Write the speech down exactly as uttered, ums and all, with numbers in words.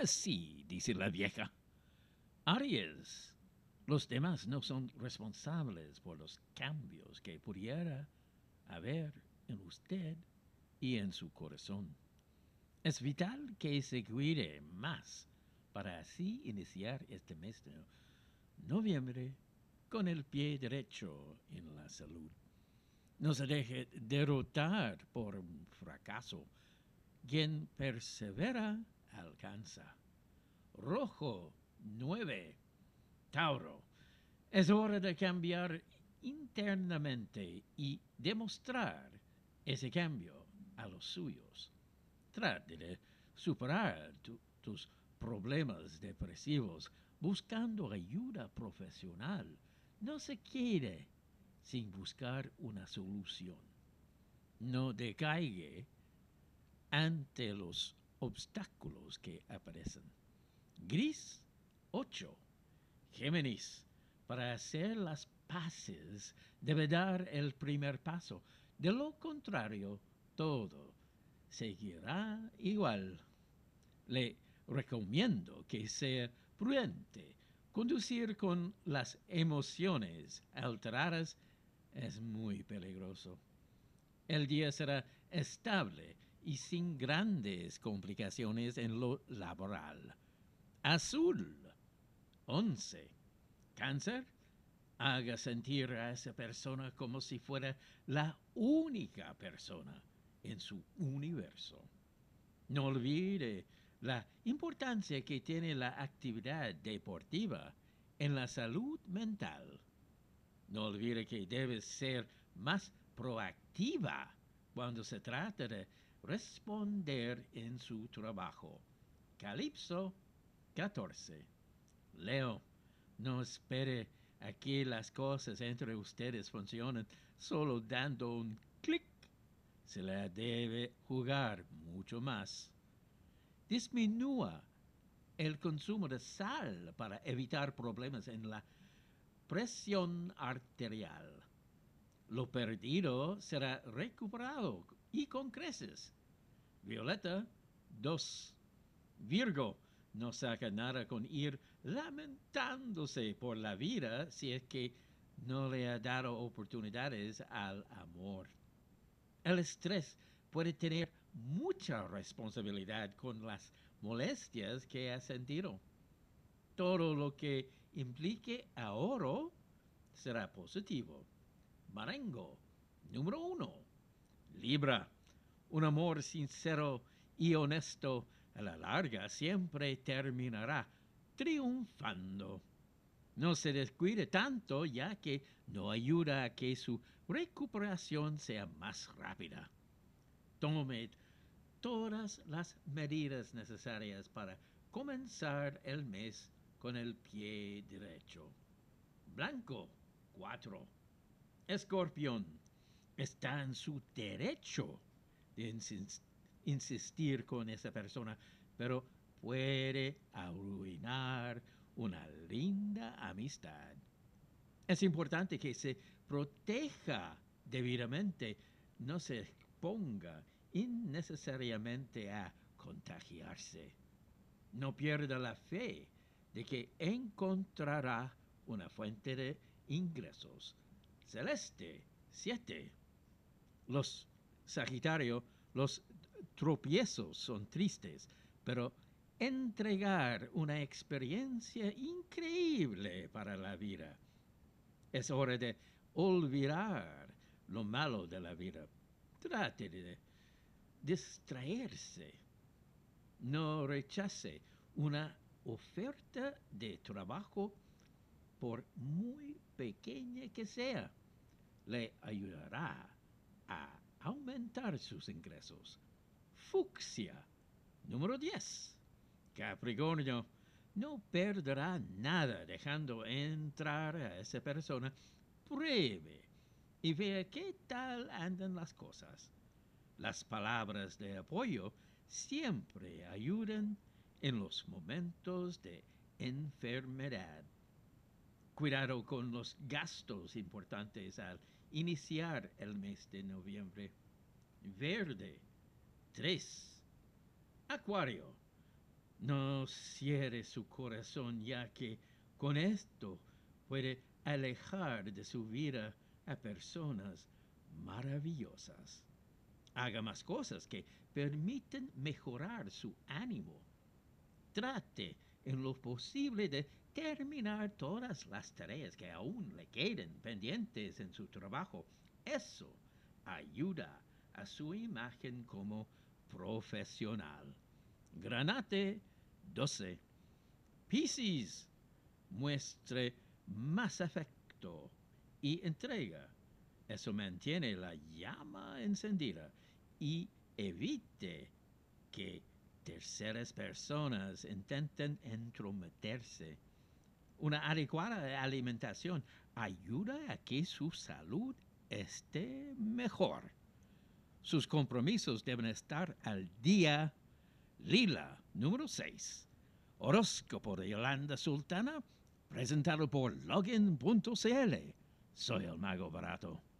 Así, dice la vieja. Aries, los demás no son responsables por los cambios que pudiera haber en usted y en su corazón. Es vital que se cuide más para así iniciar este mes de noviembre con el pie derecho en la salud. No se deje derrotar por un fracaso. Quien persevera alcanza. Rojo nueve. Tauro. Es hora de cambiar internamente y demostrar ese cambio a los suyos. Trate de superar tu- tus problemas depresivos buscando ayuda profesional. No se quede sin buscar una solución. No decaiga ante los obstáculos que aparecen. Gris ocho. Géminis, para hacer las paces debe dar el primer paso. De lo contrario, todo seguirá igual. Le recomiendo que sea prudente. Conducir con las emociones alteradas es muy peligroso. El día será estable y sin grandes complicaciones en lo laboral. Azul once. Cáncer, haga sentir a esa persona como si fuera la única persona en su universo. No olvide la importancia que tiene la actividad deportiva en la salud mental. No olvide que debe ser más proactiva cuando se trata de responder en su trabajo. Calipso catorce. Leo, no espere a que las cosas entre ustedes funcionen solo dando un clic. Se la debe jugar mucho más. Disminúa el consumo de sal para evitar problemas en la presión arterial. Lo perdido será recuperado y con creces. Violeta dos. Virgo no saca nada con ir lamentándose por la vida si es que no le ha dado oportunidades al amor. El estrés puede tener mucha responsabilidad con las molestias que ha sentido. Todo lo que implique ahorro será positivo. Marengo, número uno. Libra, un amor sincero y honesto a la larga siempre terminará triunfando. No se descuide tanto ya que no ayuda a que su recuperación sea más rápida. Tome todas las medidas necesarias para comenzar el mes con el pie derecho. Blanco cuatro. Escorpión está en su derecho de insis- insistir con esa persona, pero puede arruinar una linda amistad. Es importante que se proteja debidamente, no se exponga innecesariamente a contagiarse. No pierda la fe de que encontrará una fuente de ingresos. Celeste siete. Los Sagitario, los tropiezos son tristes, pero entregar una experiencia increíble para la vida. Es hora de olvidar lo malo de la vida. Trate de distraerse. No rechace una oferta de trabajo por muy pequeña que sea. Le ayudará a aumentar sus ingresos. Fucsia, número diez. Capricornio, no perderá nada dejando entrar a esa persona. Pruebe y vea qué tal andan las cosas. Las palabras de apoyo siempre ayudan en los momentos de enfermedad. Cuidado con los gastos importantes al iniciar el mes de noviembre. Verde tres. Acuario. No cierre su corazón, ya que con esto puede alejar de su vida a personas maravillosas. Haga más cosas que permiten mejorar su ánimo. Trate en lo posible de terminar todas las tareas que aún le queden pendientes en su trabajo. Eso ayuda a su imagen como profesional. Granate doce. Piscis, muestre más afecto y entrega. Eso mantiene la llama encendida y evite que terceras personas intenten entrometerse. Una adecuada alimentación ayuda a que su salud esté mejor. Sus compromisos deben estar al día. Lila, número seis. Horóscopo de Yolanda Sultana, presentado por login punto c l. Soy el Mago Barato.